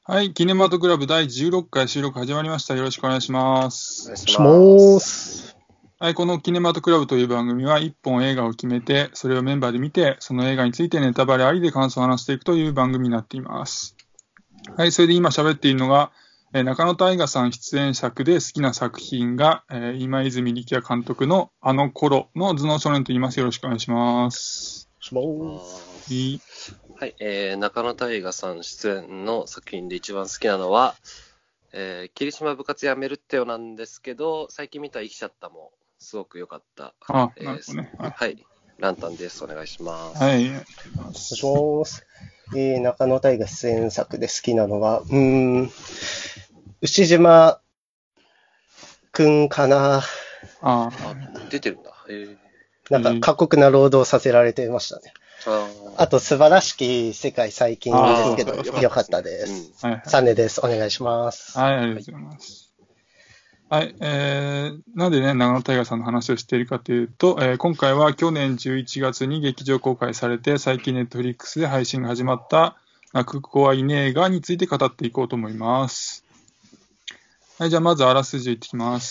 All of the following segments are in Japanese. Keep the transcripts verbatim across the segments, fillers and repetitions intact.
はい、キネマトクラブだいじゅうろっかい収録始まりました。よろしくお願いします。 お願いししま。 ます。 はい、このキネマトクラブという番組はいっぽん映画を決めて、それをメンバーで見て、その映画についてネタバレありで感想を話していくという番組になっています。はい、それで今喋っているのが、えー中野大河さん出演作で好きな作品が、えー今泉力也監督のあの頃の頭脳少年と言います。よろしくお願いします。 します。 いいはい、えー、中野大河さん出演の作品で一番好きなのは、えー、霧島部活やめるってよなんですけど、最近見た生きちゃったもすごく良かった。 あ、 えーなるほどね。はい、 はい、ランタンです。お願いします。 はい、ありがとうございまお願いす。 します。えー、中野大河出演作で好きなのは、うーん、牛島くんかな。 ああ、出てるんだ。えー、 なんか過酷な労働させられてましたね。 ああと、素晴らしき世界最近ですけど、 あーよかったです。 はいはいサネです。お願いします。 はい、ありがとうございます。はい、えー、なんでね、長野大河さんの話をしているかというと、えー今回は去年じゅういちがつに劇場公開されて、最近ネットフリックスで配信が始まった泣く子はいねえがについて語っていこうと思います。はい、じゃあまずあらすじいってきます。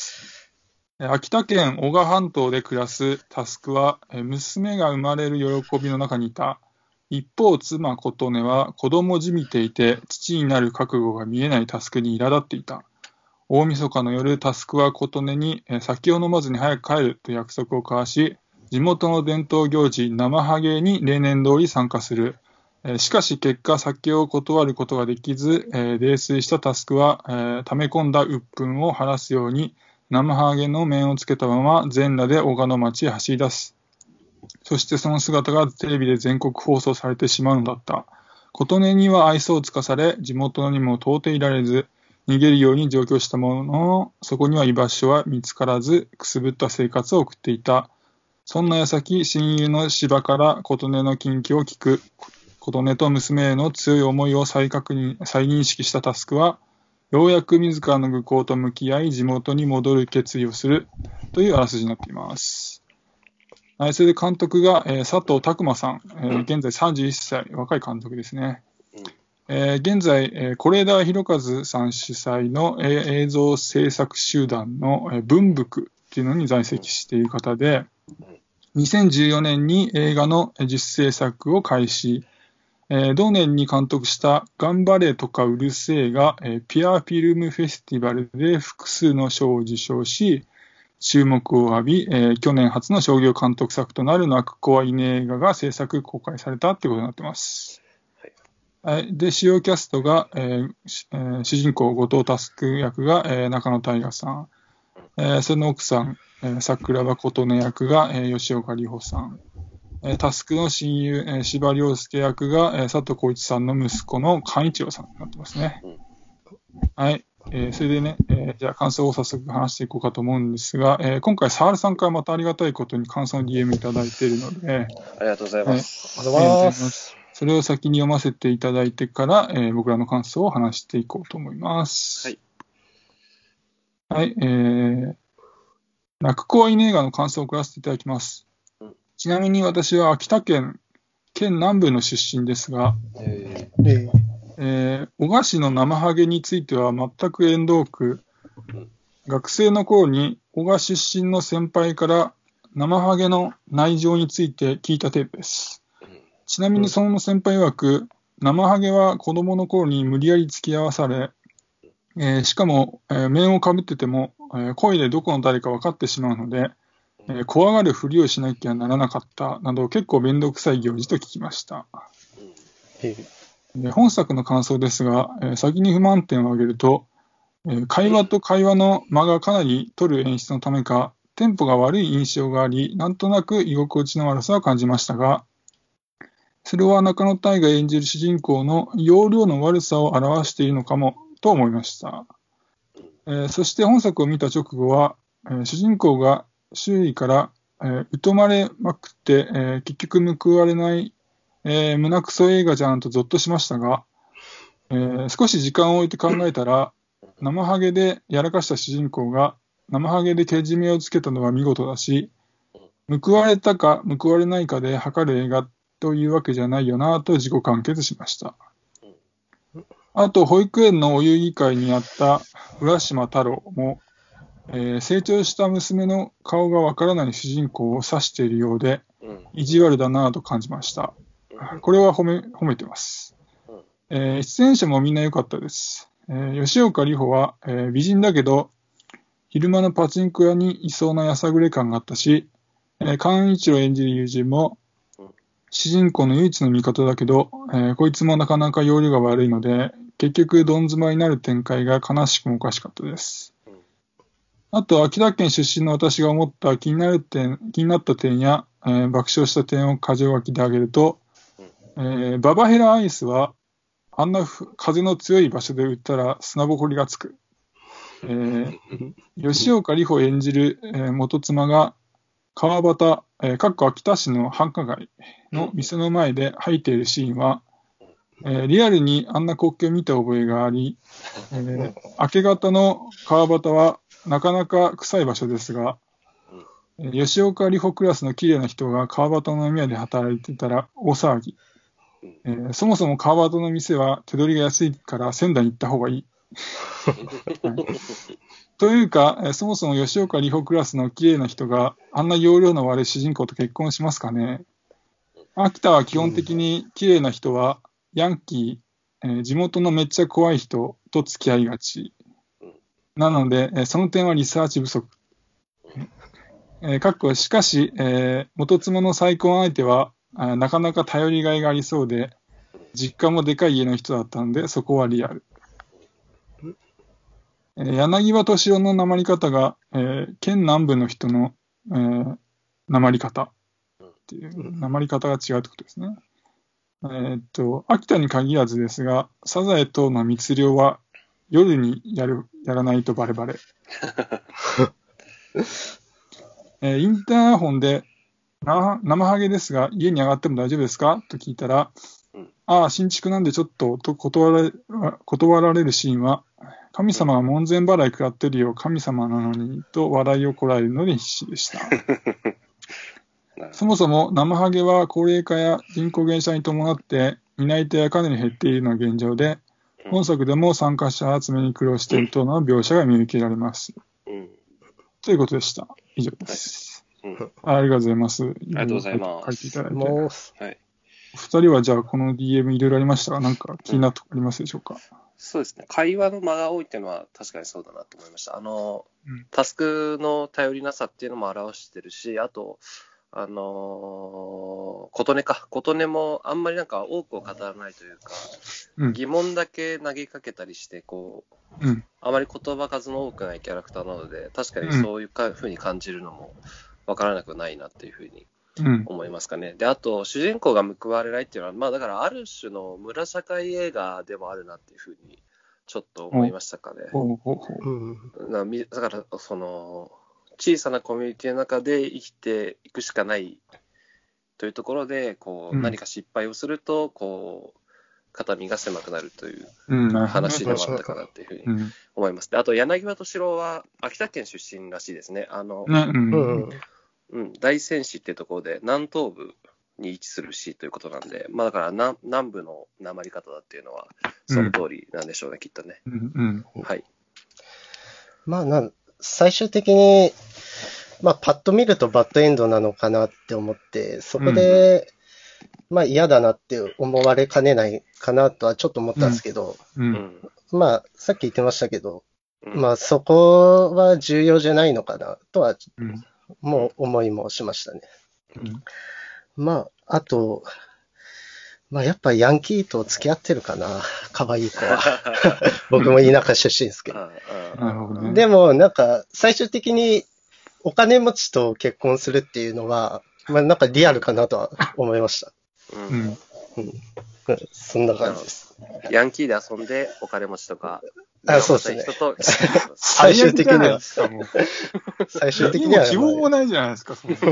えー秋田県男鹿半島で暮らすタスクは、えー娘が生まれる喜びの中にいた。一方、妻琴音は子供じみていて、父になる覚悟が見えないタスクに苛立っていた。大晦日の夜、タスクは琴音にえー酒を飲まずに早く帰ると約束を交わし、地元の伝統行事、生ハゲに例年通り参加する。えーしかし結果、酒を断ることができず、えー泥酔したタスクは、えー溜め込んだ鬱憤を晴らすように、生ハゲの面をつけたまま全裸で小鹿の町へ走り出す。そしてその姿がテレビで全国放送されてしまうのだった。琴音には愛想をつかされ、地元にも到底いられず、逃げるように上京したものの、そこには居場所は見つからず、くすぶった生活を送っていた。そんな矢先、親友の芝から琴音の近況を聞く。琴音と娘への強い思いを再確認、再認識したタスクは、ようやく自らの愚行と向き合い、地元に戻る決意をするというあらすじになっています。はい、それで監督が、えー佐藤拓磨さん、えー現在さんじゅういっさい、若い監督ですね。えー現在、えー是枝裕和さん主催の、えー映像制作集団の、えー文福っていうのに在籍している方で、にせんじゅうよねんに映画のえー実制作を開始、えー同年に監督した頑張れとかうるせえが、えーピアフィルムフェスティバルで複数の賞を受賞し、注目を浴び、えー去年初の商業監督作となる泣く子はいねえ映画が制作公開されたってことになってます。はい、で、主要キャストが、えーしえー主人公後藤佑役が、えー中野大河さん、えーその奥さん、えー桜庭琴音役が、えー吉岡里帆さん、えー、タスクの親友、えー司馬遼介役が、えー佐藤浩市さんの息子の寛一郎さんになってますね。はい。えーそれでね、えーじゃあ感想を早速話していこうかと思うんですが、えー今回、サールさんからまたありがたいことに感想の ディーエム いただいているので、 ありがとうございます。 ありがとうございます。 それを先に読ませていただいてから、えー僕らの感想を話していこうと思います。 はい。 はい。えー、泣く子はいねえ映画の感想を送らせていただきます。 うんちなみに私は秋田県、県南部の出身ですが、 ええーえー、小菓子の生ハゲについては全く縁遠く、 うん学生の頃に小賀出身の先輩から生ハゲの内情について聞いた程度です。ちなみにその先輩曰く、生ハゲは子供の頃に無理やり付き合わされ、えーしかも、えー面をかぶってても、えー声でどこの誰か分かってしまうので、えー怖がるふりをしなきゃならなかったなど結構めんどくさい行事と聞きました。 えで本作の感想ですが、えー先に不満点を挙げると、えー会話と会話の間がかなり取る演出のためか、テンポが悪い印象があり、なんとなく居心地の悪さを感じましたが、それは中野大が演じる主人公の容量の悪さを表しているのかもと思いました。えーそして本作を見た直後は、えー主人公が周囲から、えー疎まれまくって、えー結局報われない、えー胸クソ映画じゃんとゾッとしましたが、えー少し時間を置いて考えたら、生ハゲでやらかした主人公が生ハゲでけじめをつけたのは見事だし、報われたか報われないかで測る映画というわけじゃないよなと自己完結しました。 あと、保育園のお遊戯会にあった浦島太郎も、えー成長した娘の顔がわからない主人公を指しているようで、 うん。 意地悪だなぁと感じました。 うん。 これは褒め、褒めてます。 うん。 えー出演者もみんな良かったです。えー吉岡里帆は、えー美人だけど、昼間のパチンコ屋にいそうなやさぐれ感があったし、えー寛一郎演じる友人もうん、 主人公の唯一の味方だけど、えーこいつもなかなか容量が悪いので、結局どん詰まりになる展開が悲しくもおかしかったです。 うん。 あと、秋田県出身の私が思った気になる点、気になった点や、えー爆笑した点を箇条書きで挙げると、えーババヘラアイスは、あんなふ風の強い場所で売ったら砂ぼこりがつく。えー吉岡里帆演じる、えー元妻が川端、えー、かっこ秋田市の繁華街の店の前で吐いているシーンは、えーリアルにあんな光景を見た覚えがあり、えー明け方の川端はなかなか臭い場所ですが、えー吉岡里帆クラスの綺麗な人が川端の飲み屋で働いてたら大騒ぎ。えーそもそも川端の店は手取りが安いから仙台に行った方がいい。はいというか、えーそもそも吉岡里帆クラスの綺麗な人があんな容量の悪い主人公と結婚しますかね。秋田は基本的に綺麗な人はヤンキー、えー地元のめっちゃ怖い人と付き合いがち。なので、えーその点はリサーチ不足。えーかっこしかし、えー元妻の再婚相手はあーなかなか頼りがいがありそうで、実家もでかい家の人だったので、そこはリアル。えー柳葉敏郎の訛り方が、えー県南部の人の、えー、訛り方っていう、訛り方が違うってことですね。えーっと、秋田に限らずですが、サザエ等の密漁は夜にやる、やらないとバレバレ。えーインターホンで、な生ハゲですが、家に上がっても大丈夫ですかと聞いたら、 うんああ、新築なんでちょっとと断られ断られるシーンは、神様が門前払い食らってるよ、神様なのに、と笑いをこらえるので必死でした。そもそも生ハゲは高齢化や人口減少に伴って担い手がかなり減っているのが現状で、 うん本作でも参加者集めに苦労しているとの描写が見受けられます。 うん。 ということでした。以上です。 うん。 ありがとうございます。ありがとうございます書いていただいて。 もう、 はい。 お二人はじゃあこの ディーエム いろいろありましたが、なんか気になったとこありますでしょうか。 そうですね。会話の間が多いっていうのは確かにそうだなと思いました。あの、 うんタスクの頼りなさっていうのも表してるし、あと、あのー、琴音か。琴音もあんまりなんか多くを語らないというか、 うん疑問だけ投げかけたりして、こう、 うんあまり言葉数の多くないキャラクターなので、確かにそういうかふうに感じるのもわからなくないなっていうふうにうん思いますかね。で、あと、主人公が報われないっていうのは、まあだからある種の村社会映画でもあるなっていうふうにちょっと思いましたかね。 ほうほうほう。 うん。 なみだから、その、小さなコミュニティの中で生きていくしかないというところで、こう、 うん何か失敗をすると、こう、肩身が狭くなるといううん、なるほどね話でもあったかなっていうふうにうん。 思います。で、あと、柳葉敏郎は秋田県出身らしいですね。あの、 ね、うん。 ううんん。 うん、大仙市っていうところで南東部に位置する市ということなんで、まあだから南南部の訛り方だっていうのは、その通りなんでしょうね、きっとね。 うん。 はい。 まあなん、最終的に、まあパッと見るとバッドエンドなのかなって思って、そこで、まあ嫌だなって思われかねないかなとはちょっと思ったんですけど、 う。 うんん。 まあさっき言ってましたけど、 うん、 まあそこは重要じゃないのかなとは、 うん。 もう思いもしましたね。 うん。 まあ、あと、まあやっぱヤンキーと付き合ってるかな、可愛い子は。僕も田舎出身ですけど。 ああなるほどね。 でもなんか最終的にお金持ちと結婚するっていうのは、まあなんかリアルかなとは思いました。 ううんん。 うん、そんな感じです。 ヤンキーで遊んでお金持ちとか、 あそうですね人と、 最終的には、 最悪じゃないですかもう最終的には、 希望もないじゃないですか、そんな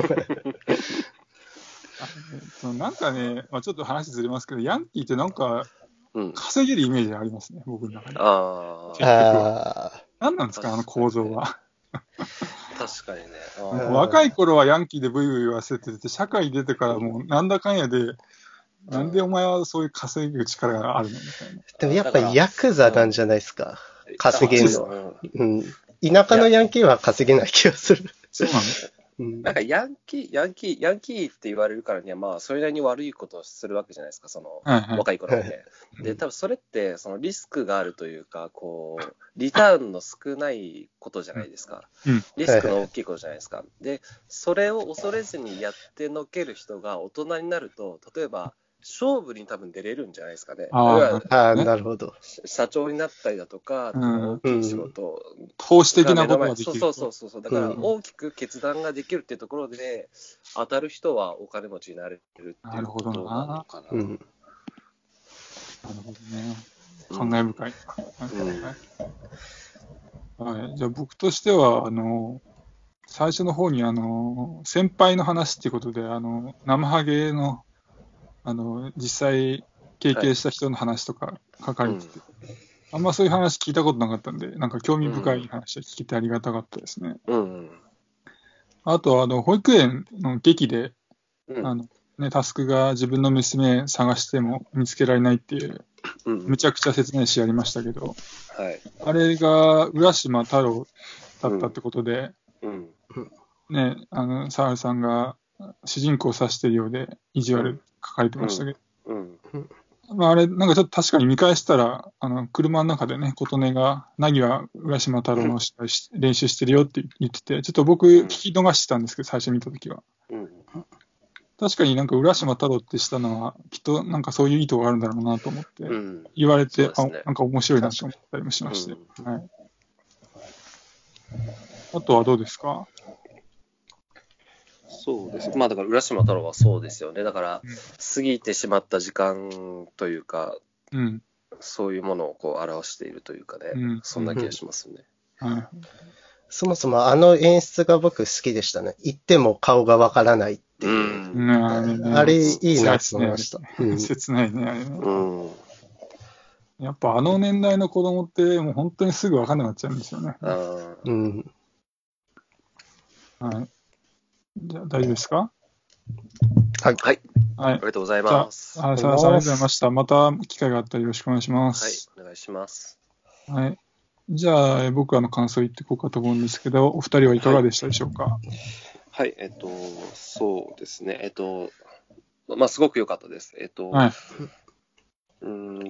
あそのなんかね、まあ、ちょっと話ずれますけど、ヤンキーってなんかうん。 稼げるイメージありますね、僕の中で。 ああ、 ああ、 何なんですか、あの構造は。 確かにね。 うん若い頃はヤンキーでブイブイ言わせてて、社会に出てからもうなんだかんやで、 なんでお前はそういう稼ぐ力があるのみたいな。 でもやっぱヤクザなんじゃないですか。稼げるの。 うんうん。田舎のヤンキーは稼げない気がする。 そうなの。 うん、 なんかヤンキー、ヤンキー、ヤンキーって言われるからには、まあ、それなりに悪いことをするわけじゃないですか、その、 はいはい、 若い頃で。で、多分それって、そのリスクがあるというか、こう、リターンの少ないことじゃないですか。 うん、 リスクの大きいことじゃないですか。で、それを恐れずにやってのける人が大人になると、例えば、勝負に多分出れるんじゃないですかね。 ああ、なるほど。 社長になったりだとか、 うん、 大きい仕事、 うん、投資的なことができる。 そうそうそうそう。だから大きく決断ができるっていうところで、当たる人はお金持ちになれるっていうことなのかな。 なるほどな。うん、なるほどね。感慨深い。うん、はい。じゃあ僕としては、あの、最初の方に、あの、先輩の話っていうことで、あの、生ハゲの、あの、実際経験した人の話とか書かれてて、はい、うん、あんまそういう話聞いたことなかったんで、なんか興味深い話を聞けてありがたかったですね。 うんうん、 あと、あの、保育園の劇で、 うん、 あの、ね、タスクが自分の娘探しても見つけられないっていう、うん、むちゃくちゃ切ない詩ありましたけど、 はい、 あれが浦島太郎だったってことで、 うんうん、 ね、あの、沢井さんが主人公を指してるようで意地悪書かれてましたけど、うんうんうん、まあ、あれ、なんかちょっと確かに見返したら、あの、車の中でね、琴音が、凪は浦島太郎の試合し練習してるよって言ってて、ちょっと僕聞き逃してたんですけど、最初見たときは。うん、確かになんか浦島太郎ってしたのは、きっとなんかそういう意図があるんだろうなと思って、うん、言われて、ね、あ、なんか面白いなと思ったりもしまして。うん、はい。あとはどうですか？ そうです。まあだから浦島太郎はそうですよね。だから、過ぎてしまった時間というか、うん、そういうものをこう表しているというかね、うん、そんな気がしますね。 うんうん、そもそもあの演出が僕好きでしたね。言っても顔がわからないっていう。うん、あれね、あれいいなと思いました。 切ないね、あれね。うん、やっぱあの年代の子供ってもう本当にすぐ分かんなくなっちゃうんですよね。うん。はい。じゃあ大丈夫ですか？ はい。はい。はい。ありがとうございます。 はい、さあ、ありがとうございました。また機会があったらよろしくお願いします。 はい、お願いします。 はい。じゃあ、僕はの感想言っていこうかと思うんですけど、お二人はいかがでしたでしょうか？ はい、はい、えっと、そうですね。えっと、まあ、すごく良かったです。えっと、はい、うん、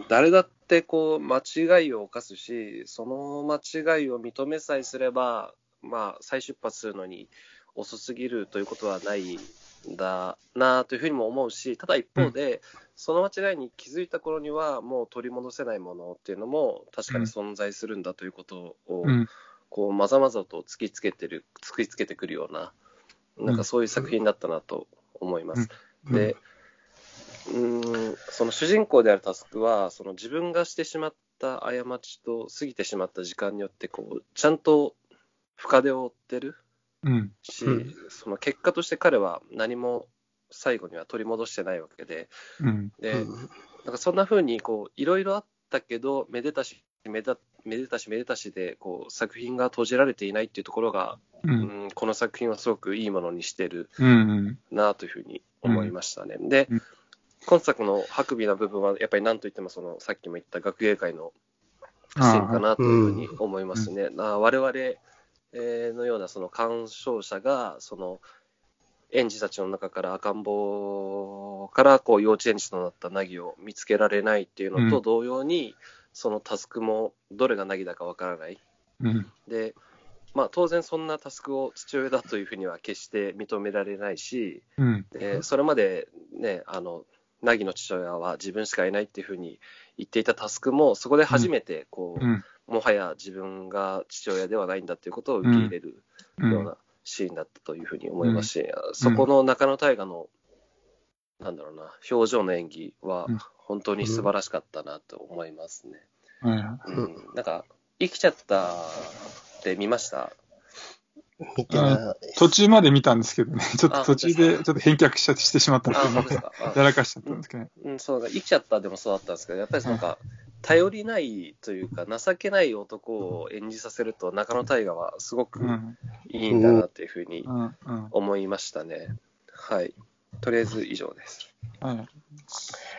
誰だってこう、間違いを犯すし、その間違いを認めさえすれば、まあ、再出発するのに遅すぎるということはないんだなというふうにも思うし、ただ一方で、うん、その間違いに気づいた頃にはもう取り戻せないものっていうのも確かに存在するんだということを、うん、こうまざまざと突きつけてる突きつけてくるような、なんかそういう作品だったなと思います。うん、で、うーん、その主人公であるタスクはその自分がしてしまった過ちと過ぎてしまった時間によってこうちゃんと深手を負ってるし、うん、その結果として彼は何も最後には取り戻してないわけで、うん、で、なんかそんな風にこういろいろあったけどめでたしめでためでたしめでたしでこう作品が閉じられていないっていうところが、うんうん、この作品はすごくいいものにしてるなというふうに思いましたね。で、今作のハビな部分はやっぱり何といってもそのさっきも言った学芸会のシーンかなというふうに思いますね。あ、我々のようなその鑑賞者がその園児たちの中から赤ん坊からこう幼稚園児となった凪を見つけられないっていうのと同様に、うん、そのタスクもどれが凪だかわからない、うん、で、まあ、当然そんなタスクを父親だというふうには決して認められないし、うん、でそれまでねあの凪の父親は自分しかいないっていうふうに言っていたタスクもそこで初めてこう、うん、もはや自分が父親ではないんだということを受け入れるようなシーンだったというふうに思いますし、うん、そこの中野大河のなんだろうな表情の演技は本当に素晴らしかったなと思いますね。うんうん、なんか生きちゃったって見ました？ 見てない。 途中まで見たんですけどね、ちょっと途中でちょっと返却しちゃしてしまったんで、やらかしちゃったんですけどね。 うん、そうだ、生きちゃったでもそうだったんですけど、やっぱりなんか、頼りないというか、情けない男を演じさせると、中野大河はすごくいいんだなというふうに思いましたね。はい。とりあえず以上です。はい。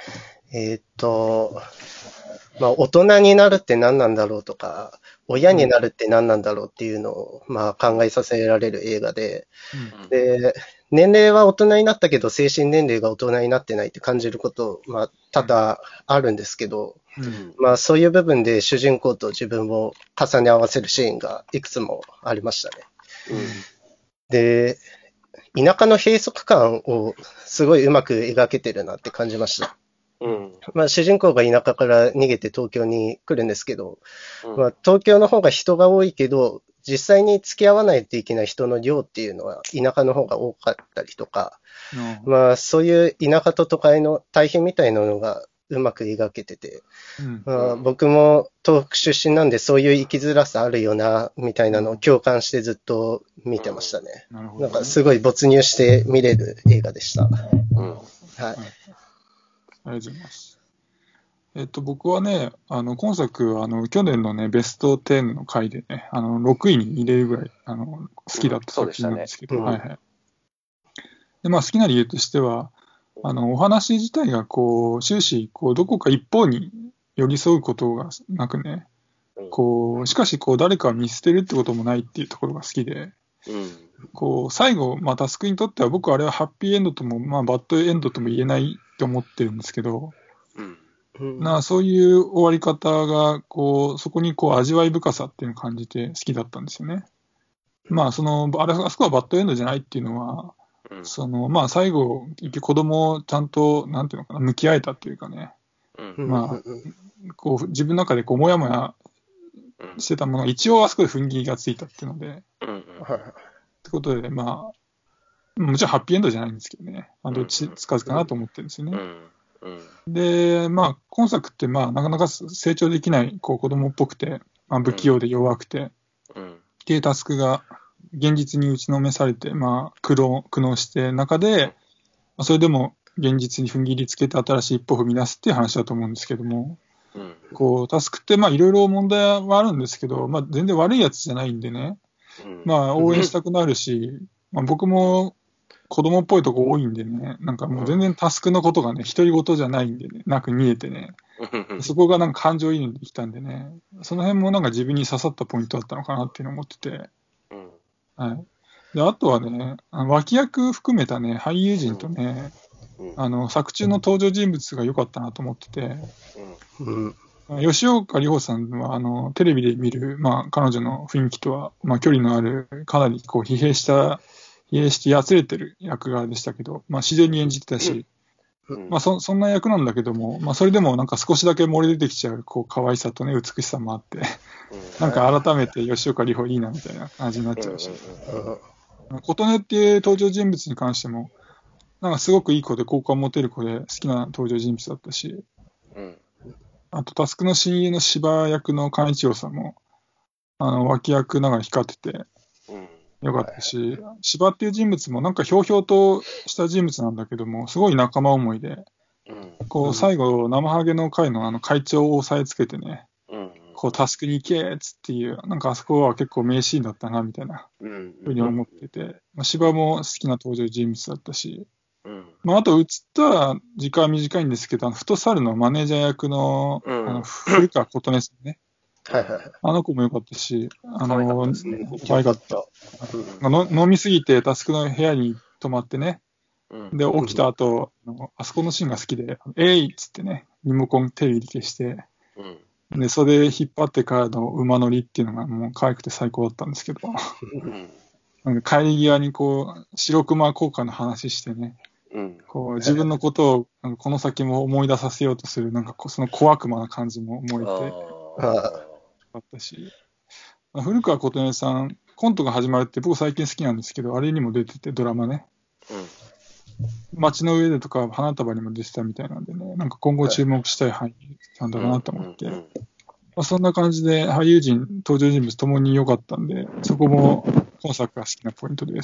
えーっと、まあ、大人になるって何なんだろうとか、親になるって何なんだろうっていうのを、まあ、考えさせられる映画で、 うんで、年齢は大人になったけど、精神年齢が大人になってないって感じること、まあ、多々あるんですけど、 うんまあ、そういう部分で主人公と自分を重ね合わせるシーンがいくつもありましたね。で、田舎の閉塞感をすごいうまく描けてるなって感じました。 うんまあ、主人公が田舎から逃げて東京に来るんですけど、 うんまあ、東京の方が人が多いけど、実際に付き合わないといけない人の量っていうのは田舎の方が多かったりとか、 うんまあ、そういう田舎と都会の対比みたいなのがうまく描けてて、 うんまあ、僕も東北出身なんでそういう生きづらさあるよな、みたいなのを共感してずっと見てましたね。 なるほどね。 なんかすごい没入して見れる映画でした。 うんはい。 ありがとうございます。えっと、僕はね、あの、今作、あの、去年のね、ベストじゅうの回でね、あの、ろくいに入れるぐらい、あの、好きだった作品なんですけど、 うんそうではいはい。で、まあ、好きな理由としては、あの、お話自体が、こう、終始、こう、どこか一方に寄り添うことがなくね、こう、しかし、こう、誰かを見捨てるってこともないっていうところが好きで、 うんこう、最後、まあ、タスクにとっては、僕はあれはハッピーエンドとも、まあ、バッドエンドとも言えないって思ってるんですけど、 うんうんなそういう終わり方が、こう、そこにこう味わい深さっていうのを感じて好きだったんですよね。まあ、その、あれ、あそこはバッドエンドじゃないっていうのは、 うんその、まあ、最後、子供をちゃんと、なんていうのかな、向き合えたっていうかね、 うんうんまうんあ、こう、自分の中でこう、もやもやうんしてたものが、一応あそこで踏ん切りがついたっていうので、 うんはいってことで、まあ、もちろんハッピーエンドじゃないんですけどね、まあ、どっちつかずかなと思ってるんですよね。 うんうんで、まあ、今作って、まあ、なかなか成長できない、こう、子供っぽくて、まあ、不器用で弱くて、 うんっていうタスクが現実に打ちのめされて、まあ、苦労、苦悩して中で、まあ、それでも現実に踏ん切りつけて新しい一歩を踏み出すっていう話だと思うんですけども、 うんこう、タスクって、まあ、いろいろ問題はあるんですけど、まあ、全然悪いやつじゃないんでね、まあ、応援したくなるし、まあ、僕も子供っぽいとこ多いんでね、なんかもう全然タスクのことがね、独り言じゃないんでね、なく見えてね、そこがなんか感情移入できたんでね、その辺もなんか自分に刺さったポイントだったのかなっていうのを思ってて、 うんはい。で、あとはね、あの脇役含めたね、俳優陣とね、 うんあの、作中の登場人物が良かったなと思ってて、 うん吉岡里帆さんは、あの、テレビで見る、まあ、彼女の雰囲気とは、まあ、距離のある、かなりこう、疲弊した、疲弊してやつれてる役柄でしたけど、まあ、自然に演じてたし、 うんまあそ、そんな役なんだけども、まあ、それでもなんか少しだけ漏れ出てきちゃう、こう、可愛さとね、美しさもあって、なんか改めて吉岡里帆いいなみたいな感じになっちゃうし、琴音っていう登場人物に関しても、なんかすごくいい子で好感を持てる子で好きな登場人物だったし、 うんあとタスクの親友の芝役の寛一郎さんも、あの、脇役ながら光っててうんよかったし、芝っていう人物もなんかひょうひょうとした人物なんだけども、すごい仲間思いで、 うんこう最後、生ハゲの会のあの会長を押さえつけてね、 うんこうタスクに行けーっつっていう、なんかあそこは結構名シーンだったなみたいなうんふうに思ってて、まあ、芝も好きな登場人物だったし、 うんまあ、あと映った時間は短いんですけど、あのフットサルのマネージャー役の、 うんあの古川琴音さんね、 はいはい。 あの子も良かったし、あ可愛かっのたですね可愛かった。 うんの飲みすぎてタスクの部屋に泊まってね、 うんで、起きた後、あのあそこのシーンが好きで、えいっつってね、リモコンテレビで消して、 うんで、それ引っ張ってからの馬乗りっていうのがもう可愛くて最高だったんですけど、 うんなんか帰り際にこう、白熊効果の話してね、 うんこう自分のことをなんかこの先も思い出させようとする、なんかこうその小悪魔な感じも思えてああったし、古川琴音さん、コントが始まるって僕最近好きなんですけど、あれにも出てて、ドラマね。 ーうん街の上でとか花束にも出てたみたいなんでね、なんか今後注目したい俳優さんだなと思って、 うんまあ、そんな感じで俳優陣、登場人物ともに良かったんで、そこも今作が好きなポイントです。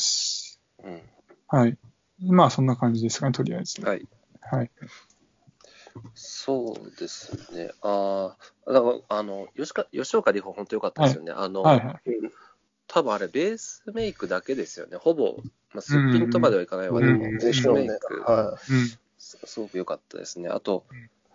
うんはい。まあそんな感じですかね、とりあえず。 はいはい。 そうですね。ああ、だから、あの、吉か吉岡里帆、本当良かったですよね。あの、 はいはい。 多分あれ、ベースメイクだけですよね。ほぼ、まあ、すっぴんとまではいかないわでも、 うんベースメイク、 はうん。 すすごく良かったですね。あと、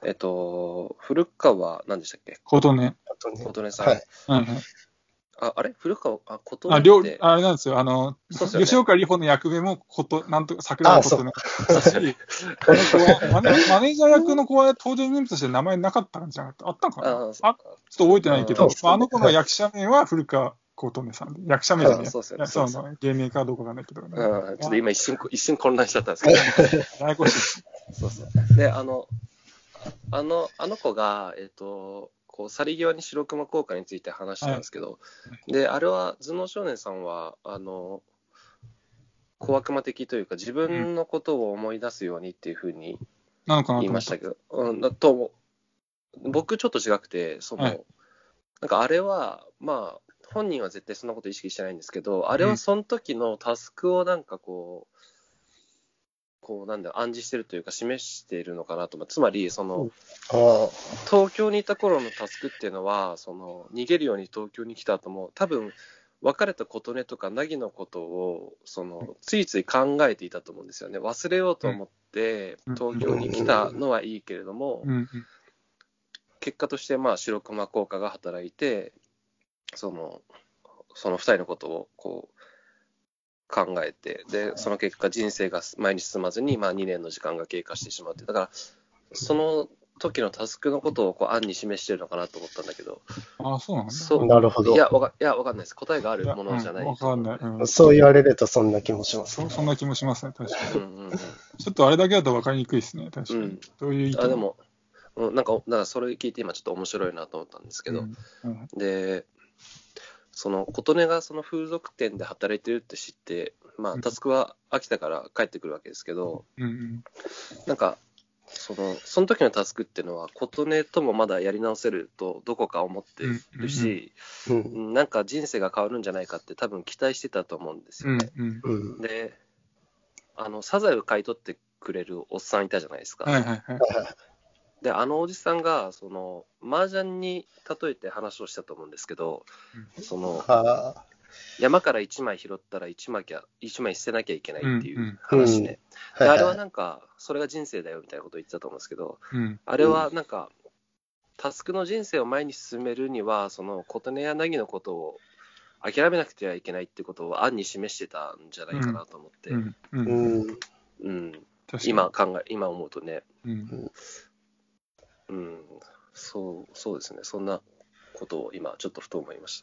えっと、古川、何でしたっけ？ 琴音。 琴音さん。 はい。 はいはい。 あ、あれ古川、あ、琴あ、 音っ両、 て、 あれなんですよ。あの、 そうっすよね吉岡里帆の役目も、こと、なんとか、桜ああ、 のことね。 そうか。 そうっすよね。 あの子は、マネ、マネージャー役の子は登場人物として名前なかったんじゃなかった？あったのかなああ、ちょっと覚えてないけど、まあ、あそうっすね。 の子の役者名は古川琴音さんで、役者名じゃねえや。 あそうっすよねいやそうなの、芸名かどうかわかんないけどね。 うん、ちょっと今一瞬、一瞬混乱しちゃったんですけど。 ややこしいです。 そうそう。で、あの、あの、あの子が、えっと、こう、去り際に白熊効果について話したんですけど、で、あれは、頭脳少年さんは、あの、小悪魔的というか、自分のことを思い出すようにっていうふうになのかな言いと思った。 ましたけど、うん、だと、僕ちょっと違くて、その、 はいなんかあれは、まあ、本人は絶対そんなこと意識してないんですけど、あれはその時のタスクをなんかこう、こうなんだ暗示してるというか示しているのかなと思う。つまりそのあ東京にいた頃のタスクっていうのはその逃げるように東京に来た後も多分別れた琴音とか凪のことをそのついつい考えていたと思うんですよね。忘れようと思って東京に来たのはいいけれども、 うんうん結果としてまあ白熊効果が働いてそのそのふたりのことをこう考えて、でその結果人生が前に進まずに、まあ、にねんの時間が経過してしまうって、だからその時のタスクのことをこう案に示してるのかなと思ったんだけど、 ああ、そうなんだ。 そうなるほど。 いやわかいやわかんないです。答えがあるいや、 ものじゃないうん、わと思うので、 かんない。うん。 そう言われるとそんな気もします。 そそんな気もしますね、確かに。 うんうんうん、 ちょっとあれだけだと分かりにくいですね、確かに。 うん、 どういう意図あでも、うん、なんかだからそれ聞いて今ちょっと面白いなと思ったんですけど、 うんうんでその琴音がその風俗店で働いてるって知って、まあ、タスクは秋田から帰ってくるわけですけど、 うんうん、 なんかそのその時のタスクっていうのは琴音ともまだやり直せるとどこか思ってるし、 うん、 なんか人生が変わるんじゃないかって多分期待してたと思うんですよね。 うんうん、 であのサザエを買い取ってくれるおっさんいたじゃないですか。 はいはいはい。 であのおじさんがその麻雀に例えて話をしたと思うんですけど、そのあ山からいちまい拾ったらいちまい一枚捨てなきゃいけないっていううん話ね。 うんはいはいであれはなんかそれが人生だよみたいなことを言ってたと思うんですけど、 うんあれはなんかタスクの人生を前に進めるにはその琴音や凪のことを諦めなくてはいけないってことを暗に示してたんじゃないかなと思って、 うんううんんうん、 確かに今考え今思うとね、 うんうん、そうそうですね、そんなことを今ちょっとふと思いました。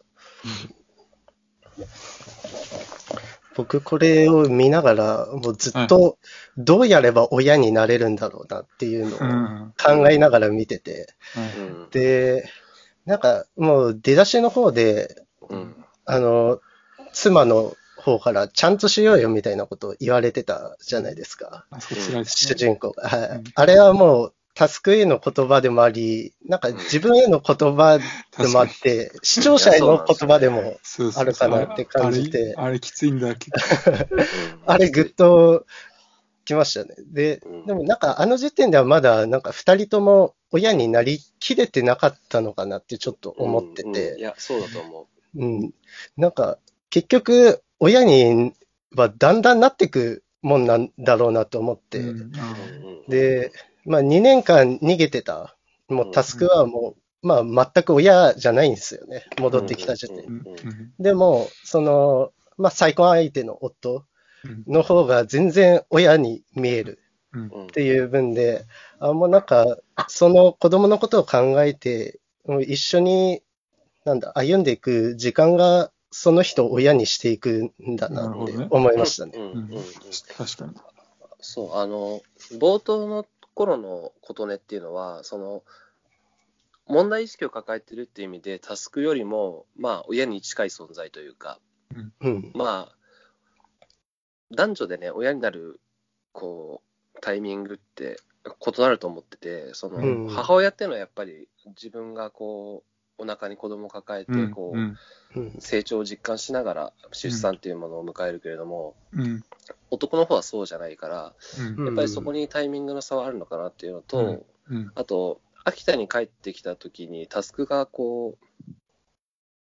僕これを見ながらもうずっとどうやれば親になれるんだろうなっていうのを考えながら見てて、 うんでなんかもう出だしの方でうんあの妻の方からちゃんとしようよみたいなことを言われてたじゃないですか、 あそこ辛いです主ね。 人公が、はいうんあれはもうタスクへの言葉でもあり、なんか自分への言葉でもあって、視聴者への言葉でもそうそうあるかなって感じあれて、 あれきついんだ結構。 あれぐっときましたね。でうん、 でもなんかあの時点ではまだなんか二人とも親になりきれてなかったのかなってちょっと思ってうんうんいて、 やそうだと思うん。なんか結局親にはだんだんなっていくもんなんだろうなと思って、 うんう。うんうんで、まあにねんかん逃げてた、もうタスクはもう、まあ全く親じゃないんですよね。戻ってきた時点で。 うんうんでも、その、まあ再婚相手の夫うんの方が全然親に見えるうんうんっていう分で、あもうなんか、その子供のことを考えて、もう一緒に、なんだ、歩んでいく時間が、その人を親にしていくんだなって思いましたね。 うんうんうんうん確かに。 そうあの冒頭の頃の琴音っていうのはその問題意識を抱えてるっていう意味でタスクよりもまあ親に近い存在というか、 うん。 まあ男女でね親になるこうタイミングって異なると思ってて、その、 うん母親っていうのはやっぱり自分がこうお腹に子供を抱えてこう、 うんうん成長を実感しながら出産っていうものを迎えるけれども、 うん男の方はそうじゃないからうんやっぱりそこにタイミングの差はあるのかなっていうのと、 うんうんあと秋田に帰ってきた時にタスクがこう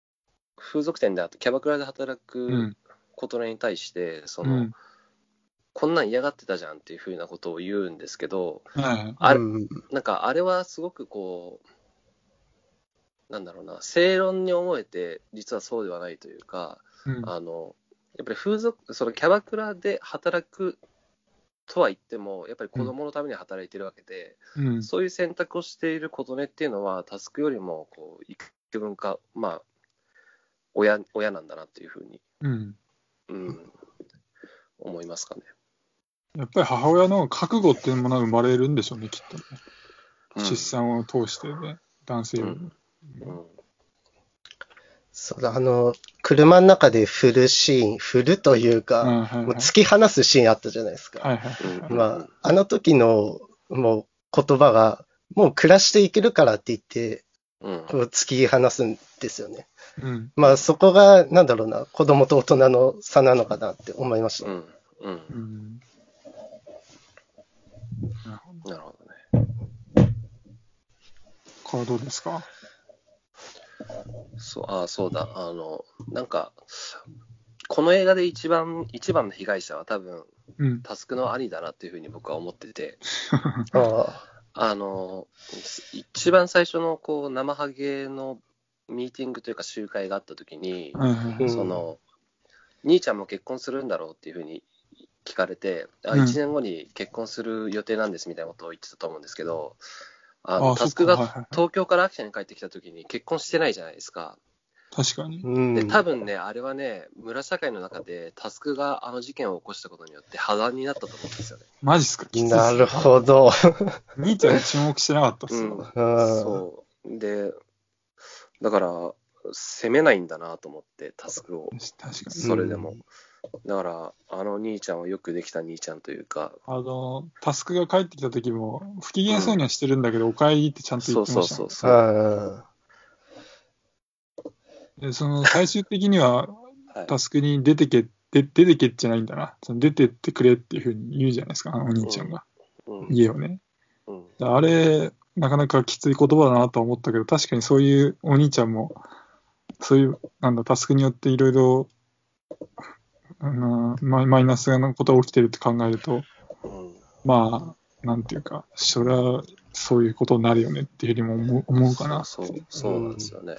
風俗店であとキャバクラで働くうん琴音に対してその、 うんこんなん嫌がってたじゃんっていうふうなことを言うんですけど、 はい。 あれ、 うん。 なんかあれはすごくこう、なんだろうな、正論に思えて、実はそうではないというか、 うん。 あの、やっぱり風俗、そのキャバクラで働くとは言っても、やっぱり子供のために働いてるわけで、 うん。 そういう選択をしている琴音っていうのは、タスクよりも、こう、幾分か、まあ、親、親なんだなっていうふうに、 うん。 うん、思いますかね。 やっぱり母親の覚悟っていうものが生まれるんでしょうね、きっとね。 うん出産を通してね、男性よりも。 うんうんそうだ、あの、車の中で振るシーン、振るというか、 うん、はいはい。 もう突き放すシーンあったじゃないですか。 はいはいうんはい。 まあ、あの時の、もう言葉が、もう暮らしていけるからって言って、 うんこう突き放すんですよね。 うん。 まあ、そこが、なんだろうな、子供と大人の差なのかなって思いました。 うんうんうん。なるほど。 なるほどね。 これはどうですか？ そう、ああ、そうだ。あの、なんか、この映画で一番、一番の被害者は多分、 うん。 タスクの兄だなっていうふうに僕は思ってて、 ああ、 あの、一番最初のこう生ハゲのミーティングというか集会があった時に、 はいはいはい。 その、兄ちゃんも結婚するんだろうっていうふうに聞かれて、あ、 うんいちねんごに結婚する予定なんですみたいなことを言ってたと思うんですけど、ああの、 あ、そっか。 タスクがはいはいはい。 東京から秋田に帰ってきた時に結婚してないじゃないですか。 確かに。 うん。 で、多分ね、あれはね、村社会の中でタスクがあの事件を起こしたことによって破談になったと思うんですよね。 マジっすか？きついっすね。 なるほど。 兄ちゃんに注目してなかったっすうわ。 ん。そう。で、だから、責めないんだなと思って、タスクを。 確かに。 それでも。だから、あの兄ちゃんはよくできた兄ちゃんというか。 あの、タスクが帰ってきた時も、不機嫌そうにはしてるんだけど、お帰りってちゃんと言そうそうってましたね。 そうそう。 あで、その最終的には、 はい。 タスクに出てけ、で出てけじゃないんだな。その出てってくれっていうふうに言うじゃないですか、あのお兄ちゃんが。 うん。 家をね。 うん。 あれ、なかなかきつい言葉だなと思ったけど、確かにそういうお兄ちゃんも、そういう、なんだ、タスクによっていろいろ、あのマイマイナスなことが起きてるって考えると、 うん。 まあ、なんていうか、それはそういうことになるよねっていうふうにも思う思うかな。 そうそう、そうなんですよね。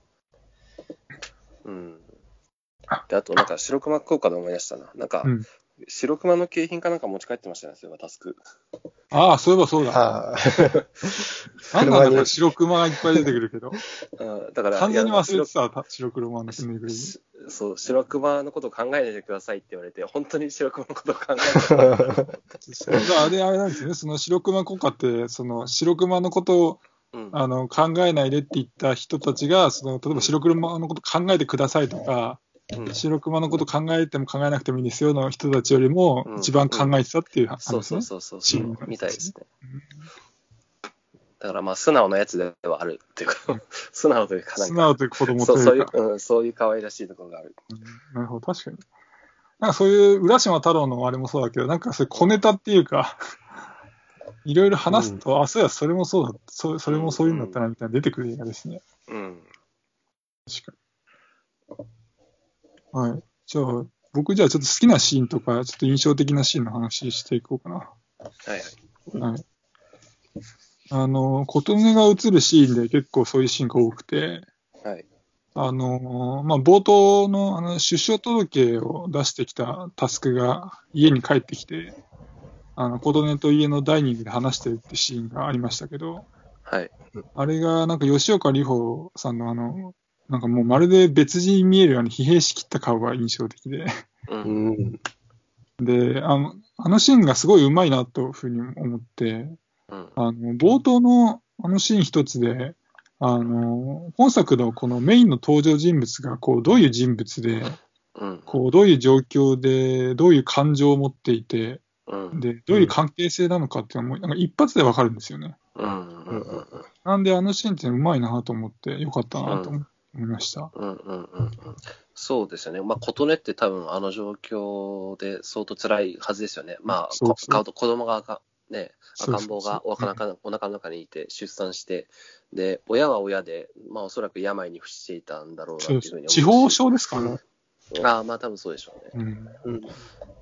うん。で、あと、なんか、白熊効果で思い出したな。なんか、 うん。 白熊の景品かなんか持ち帰ってましたね、そういえばタスク。 ああ、そういえばそうあ、 だ。 はあ。 なんなんだ、こ車にれ白熊がいっぱい出てくるけど。 うん、だから、 完全に忘れてた。 た、白黒のぬいぐるみ。 そう、白熊のことを考えないでくださいって言われて、本当に白熊のことを考えてた。 あれ、あれなんですよね、その白熊効果って、その白熊のことをうんあの考えないでって言った人たちが、その例えば白熊のこと考えてくださいとか、 うん白熊のこと考えても考えなくてもいいですよの人たちよりもうん一番考えてたっていう話そうですね。 そうそうそうシーンみたいですね。だからまあ素直なやつではあるっていうか、素直というかなんか素直という子供そうそういうというか。、 うん、そういう可愛らしいところがある。 うんなるほど、確かに。なんかそういう浦島太郎のあれもそうだけど、なんかそういう小ネタっていうか、いろいろ話すと、あ、そうや、それもそうだ、そそれもそういうんだったなみたいな出てくる映画ですね。 うん。 確かに。はい。じゃあ、僕じゃあちょっと好きなシーンとか、ちょっと印象的なシーンの話していこうかな。 はいはい。 はい。あの、琴音が映るシーンで結構そういうシーンが多くて、 はい。 あの、まあ、冒頭の、あの、出生届を出してきたタスクが家に帰ってきて、あの、琴音と家のダイニングで話してるってシーンがありましたけど、 はい。 あれがなんか吉岡里帆さんのあの、なんかもうまるで別人に見えるように疲弊しきった顔が印象的で、 う。 うんん。 で、あの、あのシーンがすごい上手いなというふうに思って、 うん。 あの、冒頭のあのシーン一つで、あの、本作のこのメインの登場人物が、こう、どういう人物で、 うん。 こう、どういう状況で、どういう感情を持っていて、 うん。 で、どういう関係性なのかっていうのはもう、なんか一発でわかるんですよね。 うん。うん。うん。 なんで、あのシーンって上手いなと思って、よかったなと思いました。 うん。うん。うん。そうですよね。まあ、琴音って多分あの状況で相当辛いはずですよね。まあ、 そうそうこ子供が赤、ね、赤ん坊がおそうそう腹のお腹の中にいて出産して、で、親は親で、まあ、おそらく病に伏していたんだろうなそうっていうふうに思うし。 地方症ですかね。 ああ、まあ、多分そうでしょうね。 うん。 うん。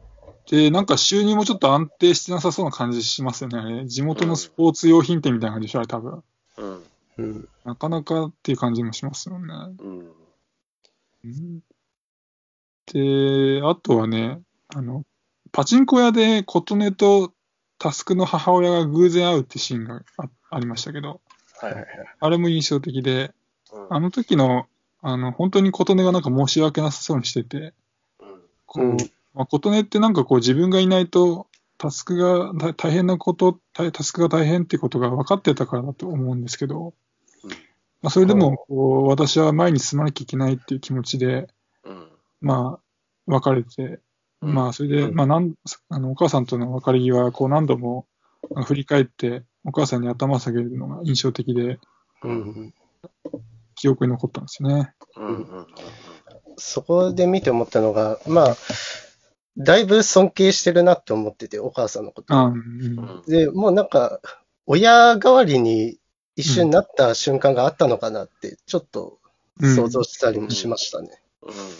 で、なんか収入もちょっと安定してなさそうな感じしますよね、あれ。地元のスポーツ用品店みたいな感じでしょ、あれ多分。 うん。 うん。 なかなかっていう感じもしますよね。 うん。 うんで、あとはね、あの、パチンコ屋で琴音とタスクの母親が偶然会うってシーンが あ, ありましたけど、 はいはいはい。 あれも印象的で、 うんあの時の、あの、本当に琴音がなんか申し訳なさそうにしてて、 うんこう、 うんまあ、琴音ってなんかこう自分がいないと、タスクが大大変なことタ、タスクが大変ってことが分かってたからだと思うんですけど、 うんまあ、それでもこう私は前に進まなきゃいけないっていう気持ちで、 うんまあ、別れて、 うんまあ、それで、 うんまあ、なんあのお母さんとの別れ際、こう何度もあの振り返って、お母さんに頭を下げるのが印象的で、 うん記憶に残ったんですよね。 うんうんうんそこで見て思ったのが、まあ、だいぶ尊敬してるなって思ってて、お母さんのことを。 あうんうんで、もうなんか、親代わりに一瞬なった瞬間があったのかなって、ちょっと想像したりもしましたね。 うんうんうん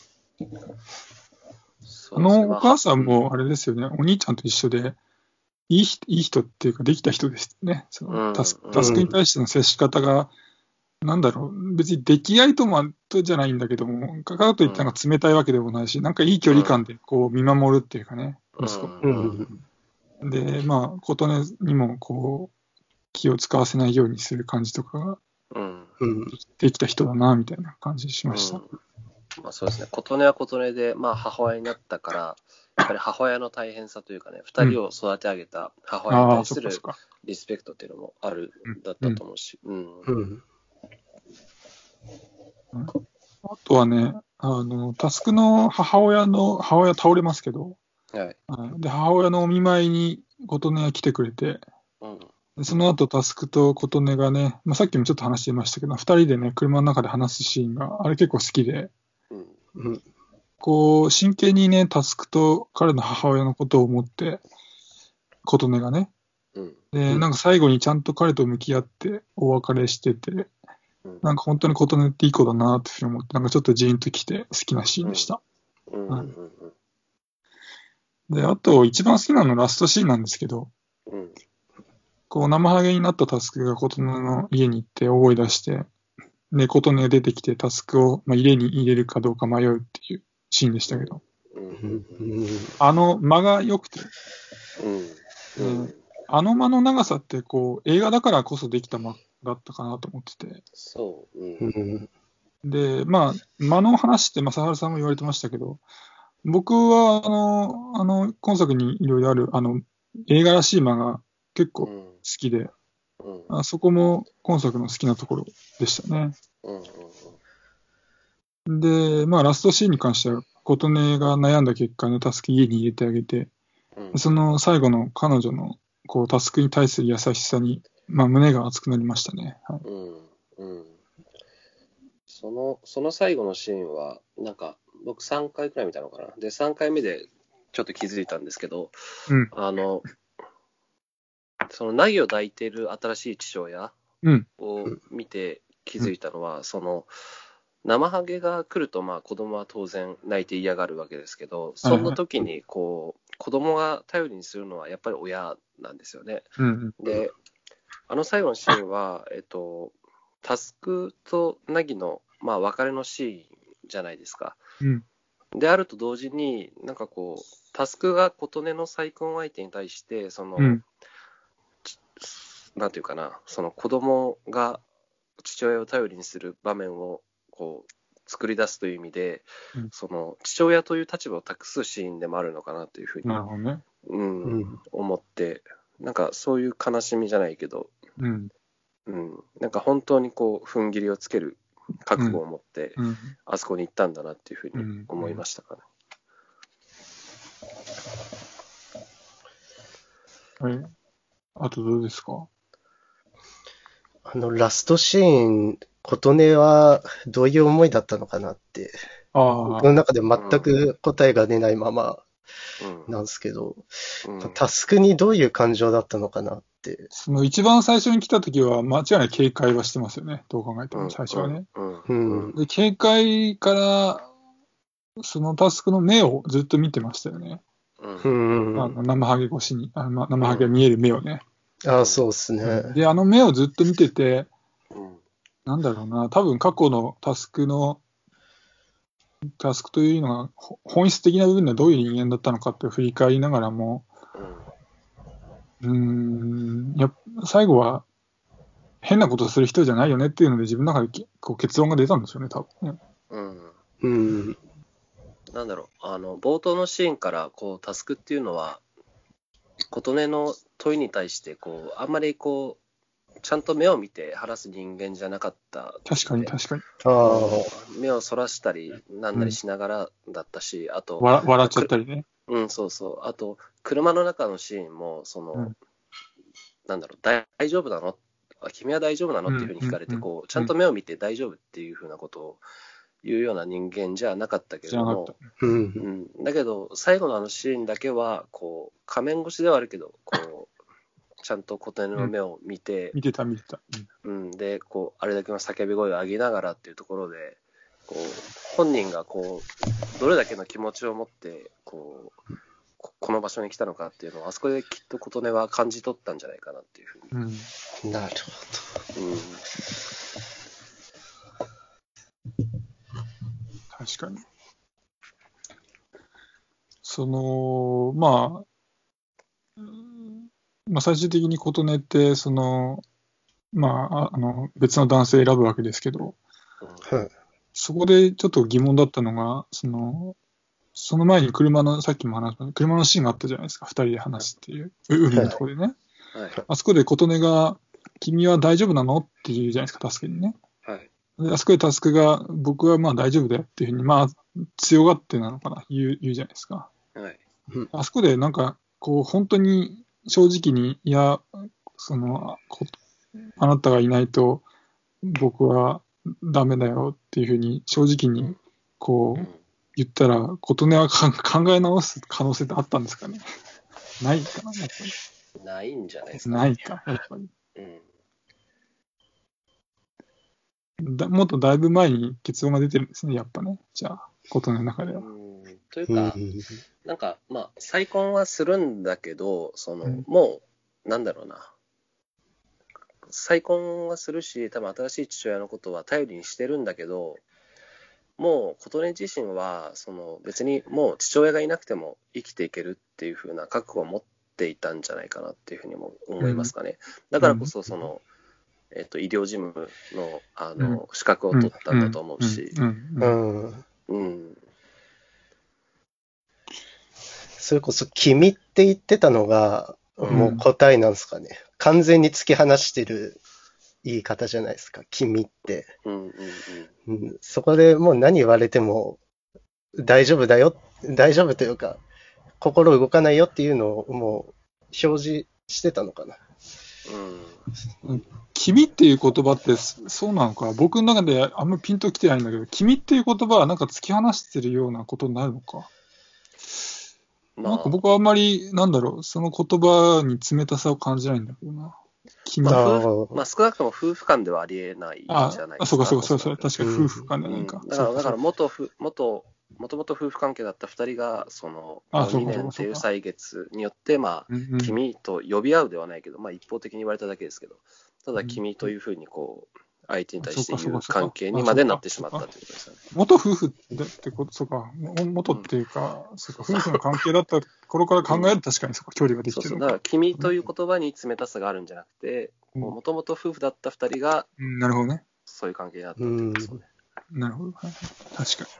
そあうですねのお母さんまもあれですよね、お兄ちゃんと一緒で、いい人いい人っていうか、できた人ですね。そのタスうんタスクに対しての接し方が、なんだろう、別に出来合いともとじゃないんだけども、かかといってなんか冷たいわけでもないし、なんかいい距離感でこう見守るっていうかね、 うん息子。 ううんん。 で、まあ、琴音にもこう、気を使わせないようにする感じとかが、 うんうん。 できた人だな、みたいな感じしました。 うんまあ、そうですね、琴音は琴音で、まあ、母親になったから、やっぱり母親の大変さというかね、二人を育て上げた母親にああ、 対するそっかそっか。 リスペクトっていうのもあるうんだったと思うし、うんうん。 あとはね、あの、タスクの母親の、母親倒れますけど、 はいはいで、母親のお見舞いに琴音が来てくれて、 うんでその後タスクと琴音がね、まあ、さっきもちょっと話してましたけど、二人でね、車の中で話すシーンが、あれ結構好きで、 うんうん。 こう、真剣にね、タスクと彼の母親のことを思って、琴音がね、 うんで、 うんなんか最後にちゃんと彼と向き合ってお別れしてて、 うんなんか本当に琴音っていい子だなっていうふうに思って、なんかちょっとジーンときて好きなシーンでした。 うんうんうんで、あと一番好きなのはラストシーンなんですけど、 うんこう生ハゲになったタスクが琴音の家に行って大声出して、で、琴音が出てきてタスクを、まあ、家に入れるかどうか迷うっていうシーンでしたけど、 うんうん。 あの間が良くて、 うんうんあの間の長さってこう映画だからこそできた間だったかなと思ってて、 そう、ううんん。 で、まあ、間の話って正原さんも言われてましたけど、僕はあの、あの、今作にいろいろある、あの、映画らしい間が結構好うんきで、 うんあそこも今作の好きなところでしたね。 うんで、まあ、ラストシーンに関しては、琴音が悩んだ結果ね、タスク家に入れてあげて、 うんその最後の彼女のこうタスクに対する優しさに、まあ、胸が熱くなりましたね。はい、 うんうんそのその最後のシーンはなんか僕さんかいくらい見たのかなでさんかいめでちょっと気づいたんですけど、 うん、 あのその凪を抱いている新しい父親うん、 を見て気づいたのは、その生ハゲが来るとまあ子供は当然泣いて嫌がるわけですけど、そんな時にこう子供が頼りにするのはやっぱり親なんですよね。 うん、 で、あの最後のシーンは、えっと、タスクとナギの、まあ、別れのシーンじゃないですか。 うん、 であると同時に、なんかこう、タスクが琴音の再婚相手に対して、その、 うん、 なんていうかな、その子供が父親を頼りにする場面をこう作り出すという意味で、 うんその父親という立場を託すシーンでもあるのかなというふうに、 なるほどね。 うんうん。 思って、なんかそういう悲しみじゃないけど、 うん、 うん、なんか本当にこう踏ん切りをつける覚悟を持って、 うん、 あそこに行ったんだなっていうふうに思いましたかね。 はい。あとどうですか？ あの、ラストシーン、琴音はどういう思いだったのかなって、 あ僕の中で全く答えが出ないままうんなんですけど、 うんタスクにどういう感情だったのかなって。 その一番最初に来た時は間違いない警戒はしてますよね。どう考えてもうん最初はね。 うんううんん。 で、警戒から、そのタスクの目をずっと見てましたよね。 うん。 あの生ハゲ越しに、あの生ハゲ見える目をね。 ああ、そうですね。 で、あの目をずっと見てて、 うん。 なんだろうな、多分過去のタスクの、タスクというのがほ本質的な部分でどういう人間だったのかって振り返りながらも、 うん。 うーん、やっぱ最後は変なことする人じゃないよねっていうので自分の中できこう結論が出たんですよね、多分ね。 うん。 うん。 なんだろう、あの、冒頭のシーンから、こう、タスクっていうのは、琴音の問いに対して、こう、あんまりこう、ちゃんと目を見て話す人間じゃなかった確かに確かに。 ああ、 目をそらしたりなんなりしながらだったし、あとわ笑っちゃったりね。 うん、そうそう。あと、車の中のシーンも、その、 うんなんだろう、大丈夫なのあ君は大丈夫なのっていうふうに聞かれて、 うんうんこう、ちゃんと目を見て大丈夫っていうふうなことを言うような人間じゃなかったけれども、 う。 うんん、だけど、最後のあのシーンだけは、こう、仮面越しではあるけど、こう、ちゃんと琴音の目を見て、 見てた見てた。 うん、で、こう、あれだけの叫び声を上げながらっていうところで、こう、本人がこう、どれだけの気持ちを持って、こう、ここの場所に来たのかっていうのを、あそこできっと琴音は感じ取ったんじゃないかなっていうふうに。 うんなるうん。 確かに。その、まあ、うんまあ、最終的に琴音って、その、まあ、ああの、別の男性選ぶわけですけど、 ほど。はい。 そこでちょっと疑問だったのが、その、その前に車の、さっきも話した、車のシーンがあったじゃないですか、二人で話すっていう、う海のところでね。 はい。 あそこで琴音が、君は大丈夫なのって言うじゃないですか、助けにね。 はい。 であそこでタスクが、僕はまあ大丈夫だよっていうふうに、まあ、強がってなのかな、言う、言うじゃないですか。 はい。 あそこでなんか、こう、本当に正直に、いや、その、こあなたがいないと僕はダメだよっていうふうに正直に、こう、 うん。 言ったら、琴音はか考え直す可能性ってあったんですかね。ないかな、やっぱり。 ないんじゃないですかね。 ないか、やっぱり。 うん。 だもっとだいぶ前に結論が出てるんですね、やっぱね。じゃあ、琴音の中では。 うんといううんか、なんか、まあ、再婚はするんだけど、その、 うんもう、なんだろうな。再婚はするし、多分新しい父親のことは頼りにしてるんだけど、もう琴音自身はその別にもう父親がいなくても生きていけるっていう風な覚悟を持っていたんじゃないかなっていうふうにも思いますかね。だからこそその、えっと、医療事務のあの資格を取ったんだと思うし、 うん。 うん、 それこそ、君って言ってたのが、もう答えなんですかね。完全に突き放してる言い方じゃないですか、君って。 うんうんうん、そこでもう何言われても大丈夫だよ、大丈夫というか、心動かないよっていうのをもう表示してたのかな。 うん、 君っていう言葉ってそうなのか、僕の中であんまりピンときてないんだけど、君っていう言葉はなんか突き放してるようなことになるのか。まあ、なんか僕はあんまり、なんだろう、その言葉に冷たさを感じないんだけどな。 まあ夫婦まあ、少なくとも夫婦間ではありえないじゃないですか。 あ、そうかそうかそうか、確かに夫婦間ではないか。 うん、だから、だから元ふ元もともと夫婦関係だったふたりが、そのにねんっていう歳月によって、まあ、うんうん、君と呼び合うではないけど、まあ、一方的に言われただけですけど、ただ君というふうにこう、相手に対して言う関係にまでなってしまったということですよね。 元夫婦ってこと、そうか、元っていうか、うん、そうか夫婦の関係だった頃から考えると確かにそうか、距離ができてるのか。 そうそう、だから君という言葉に冷たさがあるんじゃなくて、もともと夫婦だったふたりが、 うん、なるほどね。 そういう関係になったってことですよね。 なるほど、はい、確かに。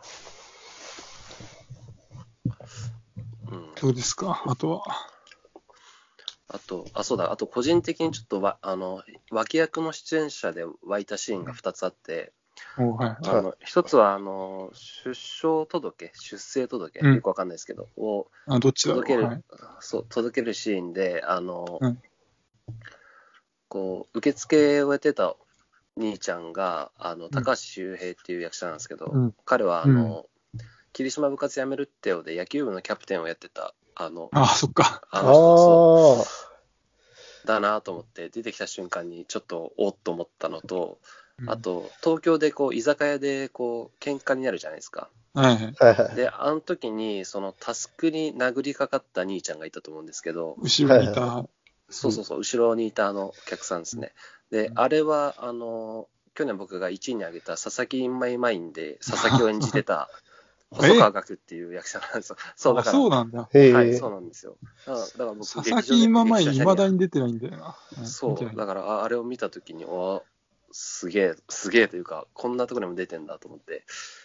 うん、どうですか、あとは。 あと、あ、そうだ、あと個人的にちょっとわあの脇役の出演者で湧いたシーンがふたつあって、 うんはい、 あの一つはあの出生届、出生届、うん、よくわかんないですけど、を届ける、はい、そう届けるシーンで、あの、うん、こう受付をやってた兄ちゃんがあの高橋周平っていう役者なんですけど、うん、彼はあの、うん、霧島部活やめるってよで野球部のキャプテンをやってたあのああそっかあの人だなと思って出てきた瞬間にちょっとおっと思ったのと、うん、あと東京でこう居酒屋でこう喧嘩になるじゃないですか。 はいはい。 はいはい。 で、あの時に、そのタスクに殴りかかった兄ちゃんがいたと思うんですけど、 後ろにいた。 はそうそうそう、後ろにいたあのお客さんですね。で、あれは、あの、去年僕がいちいに挙げた佐々木インマイマインで佐々木を演じてた細川学っていう役者なんですよ。そう、だあ、 から、 そうなんだ。 へえ。 はい、そうなんですよ。だからだから僕、 佐々木劇場で今前に劇者に未だに出てないんだよな。うんそう、 見てないだからああれを見たときに、おすげえ、すげえというか、こんなところにも出てんだと思って、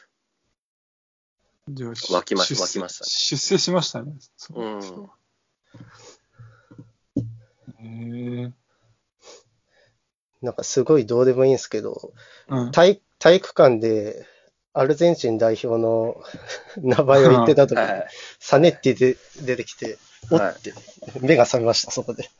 じゃあ湧きま出世湧きましたね出世しましたね。そううんそうへえ。 なんかすごいどうでもいいんですけど、 うん。 体体育館でアルゼンチン代表の名前を言ってた時に、 はいはいサネッティで出てきて、おはいって目が覚めました、そこで。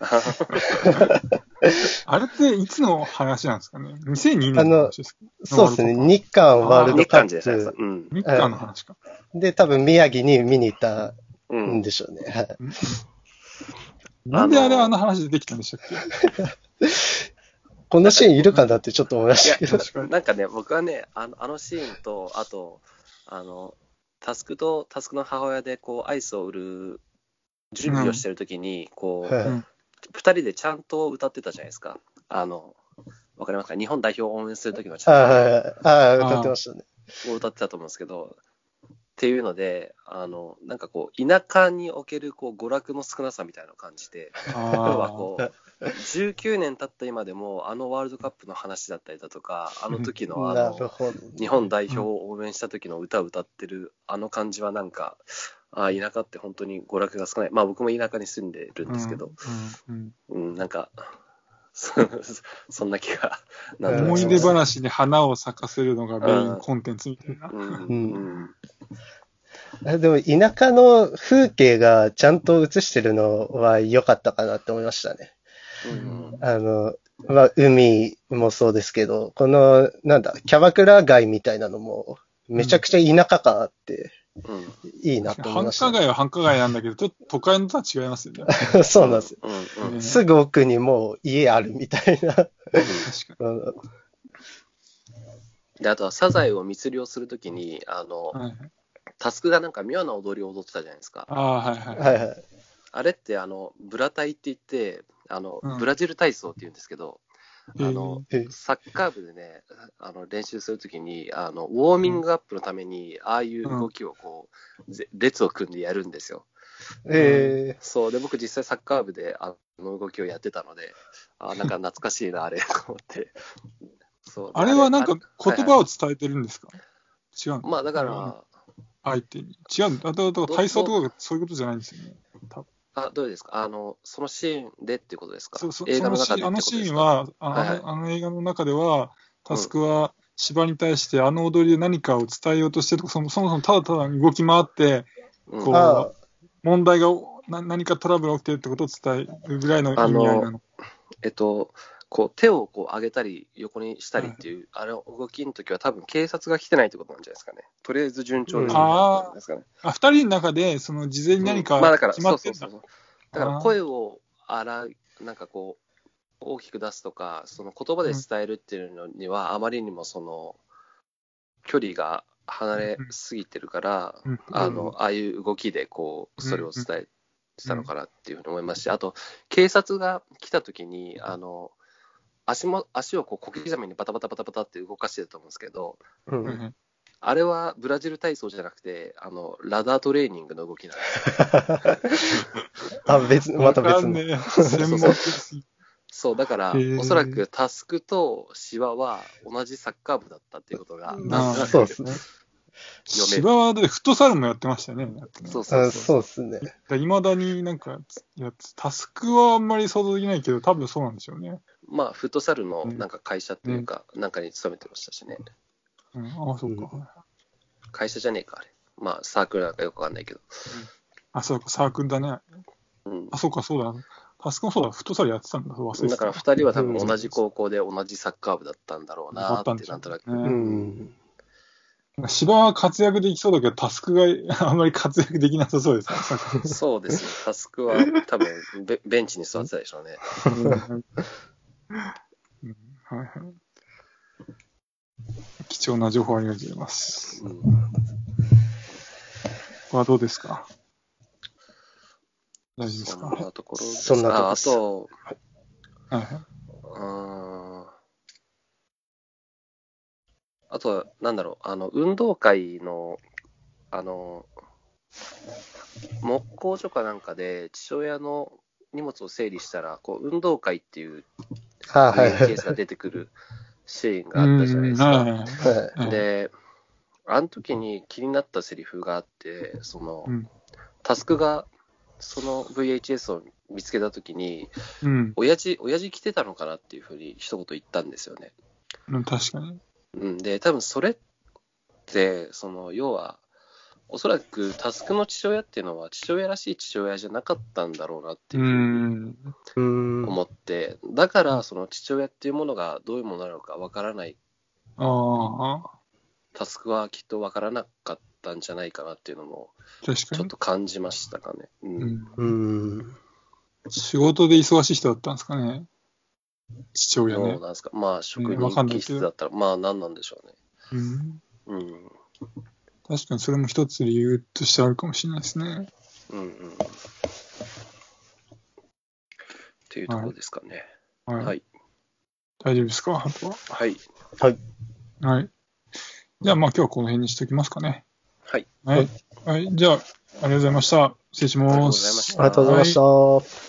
あれっていつの話なんですかね ?にせんに 年の話ですか？ そうですね、 ワールドカッ日韓ワールド日カッ韓じゃないですか。 プうん。 プ日韓の話か。 で、多分宮城に見に行ったうんん。 でしょうね。はいうんなんであれあの話出てきたんでしたっけ？ このシーンいるかなってちょっと思いまいやしたけど。 確かに。 なんかね、僕はね、あのあのシーンと、あと、あの、タスクとタスクの母親で、こう、アイスを売る準備をしてるときに、こう、 はいうん二人でちゃんと歌ってたじゃないですか。あの、わかりますか？日本代表を応援するときのちああ、 ゃんはいはいああ、歌ってましたね。 とを歌ってたと思うんですけど、っていうので、あの、なんかこう、田舎におけるこう娯楽の少なさみたいなのを感じて、要はあこう、じゅうきゅうねん経った今でも、あのワールドカップの話だったりだとか、あの時のあの、 なるほど。 日本代表を応援した時の歌を歌ってるあの感じはなんか、ああ、田舎って本当に娯楽が少ない。まあ僕も田舎に住んでるんですけど、 うんうんうん、なんか、そそんな気が、なうんん、 となく思い出しました。 話に花を咲かせるのがメインコンテンツみたいな。 うん、 ううんん、 あでも、田舎の風景がちゃんと映してるのは良かったかなって思いましたね。 うん、 あの、まあ、海もそうですけど、この、なんだ、キャバクラ街みたいなのも、めちゃくちゃ田舎感あって、 うん。 いいなと思い繁ましたね。 華街は繁華街なんだけど、ちょっと都会のとは違いますよね。 そうなんですよ。 うん、うん、 ねすぐ奥にもう家あるみたいな。 確かうんで、あとはサザエを密漁するときに、あの、 に。はい、 タスクがなんか妙な踊りを踊ってたじゃないですか。 ああ、はいはい。 はいはい。 あれってあのブラタイって言ってあの、 うんブラジル体操って言うんですけど、 へーあのへーサッカー部でねあの練習するときにあのウォーミングアップのために、ああいう動きをこう、ぜ列を組んでやるんですよ。 えそうで僕実際サッカー部であの動きをやってたので、あなんか懐かしいなあれと思ってそうであれはなんかあれ言葉を伝えてるんですか？違うの？ まあだから相手に。違うの？あと、あと体操とかそういうことじゃないんですよね。多分あどうですかあのそのシーンでっていうことですかそうそう映画の中でってそのシーンあのことですかシーンは、あの,、 はいはいあの映画の中では、タスクは芝に対してあの踊りで何かを伝えようとしてるとか、そもそもそもただただ動き回って、 うんこう、 あ問題がな、何かトラブルが起きてるってことを伝えるぐらいの意味合いなの。 えっと、こう手をこう上げたり横にしたりっていう、あの動きの時は多分警察が来てないってことなんじゃないですかね。とりあえず順調ですみたいなことですかね。 あ、二人の中で、その事前に何かうんまあだから、 決まってるんだ。 そうそうそうそう。だから声を荒い、なんかこう、大きく出すとか、その言葉で伝えるっていうのには、あまりにもその、距離が離れすぎてるから、 うんあの、ああいう動きでこう、それを伝えてたのかなっていうふうに思いますし、あと、警察が来た時に、あの、足も足をこう小刻みにバタバタバタバタって動かしてると思うんですけど、 ううんん。 あれはブラジル体操じゃなくて、あのラダートレーニングの動きなんです。 あ、別、また別の。 わかんねえ。専門的すぎそう、だからへー、 おそらくタスクとシワは同じサッカー部だったっていうことが、 うんなんとなくそうですね。 読める。 芝はでフットサルもやってましたよね。 そうそうあそそううですね。 いまだになんかやつ、タスクはあんまり想像できないけど、多分そうなんでしょうね。 まあ、フットサルのなんか会社っていうか、なんかに勤めてましたしね。 うん、ああ、そうか。 うん会社じゃねえか、あれ。まあ、サークルなんかよくわかんないけど。 あ、そうか、サークルだね。 うんあ、そうか、そうだ。タスクもそうだ、フットサルやってたんだ、忘れてた。 だからふたりは多分同じ高校で同じサッカー部だったんだろうなーって、なんとなく。 ねうん。 芝は活躍できそうだけど、タスクがあんまり活躍できなさそうですね。さっきそうですね。タスクは多分ベベンチに座ってたでしょうね。 うんうんはいはい貴重な情報ありがとうございます。 うんはどうですか？大丈夫ですそんか？ なところですそんなとこあ、あですと、 はいはい。 うーんあとは、なんだろう、あの、運動会の、あの、木工所かなんかで父親の荷物を整理したら、こう、運動会っていうあはいはいブイエイチエス が出てくるシーンがうあったじゃないん、 ですか。 はいはいはい。 はいはい、 で、あの時に気になったセリフがあって、その、 うん。 タスクがその ブイエイチエス を見つけた時に、 うん。 親父、親父来てたのかなっていうふうに一言言ったんですよね。 うん、確かに。 うん、で、多分それって、その、要は、おそらくタスクの父親っていうのは父親らしい父親じゃなかったんだろうなってういうふうにん。 うーん。 思って、だからその父親っていうものがどういうものなのかわからない、 ああ、 タスクはきっとわからなかったんじゃないかなっていうのも確かにちょっと。感じましたかね。う。 うんん。 うーん。 仕事で忙しい人だったんですかね、父親ね。 どうなんですか。まあ職ねわか人気んないけど質だったら、まあ何なんでしょうね。 うん。 うん。 確かにそれも一つ理由としてあるかもしれないですね。 うんうん。っていうところですかね。 はい。 はい。 大丈夫ですか、あとは。 はい。 はい。 はい。じゃあまあ今日はこの辺にしておきますかね。 はい。 はい。はい。じゃあ、ありがとうございました。失礼しありがとうます。 ございましたありがとうございました。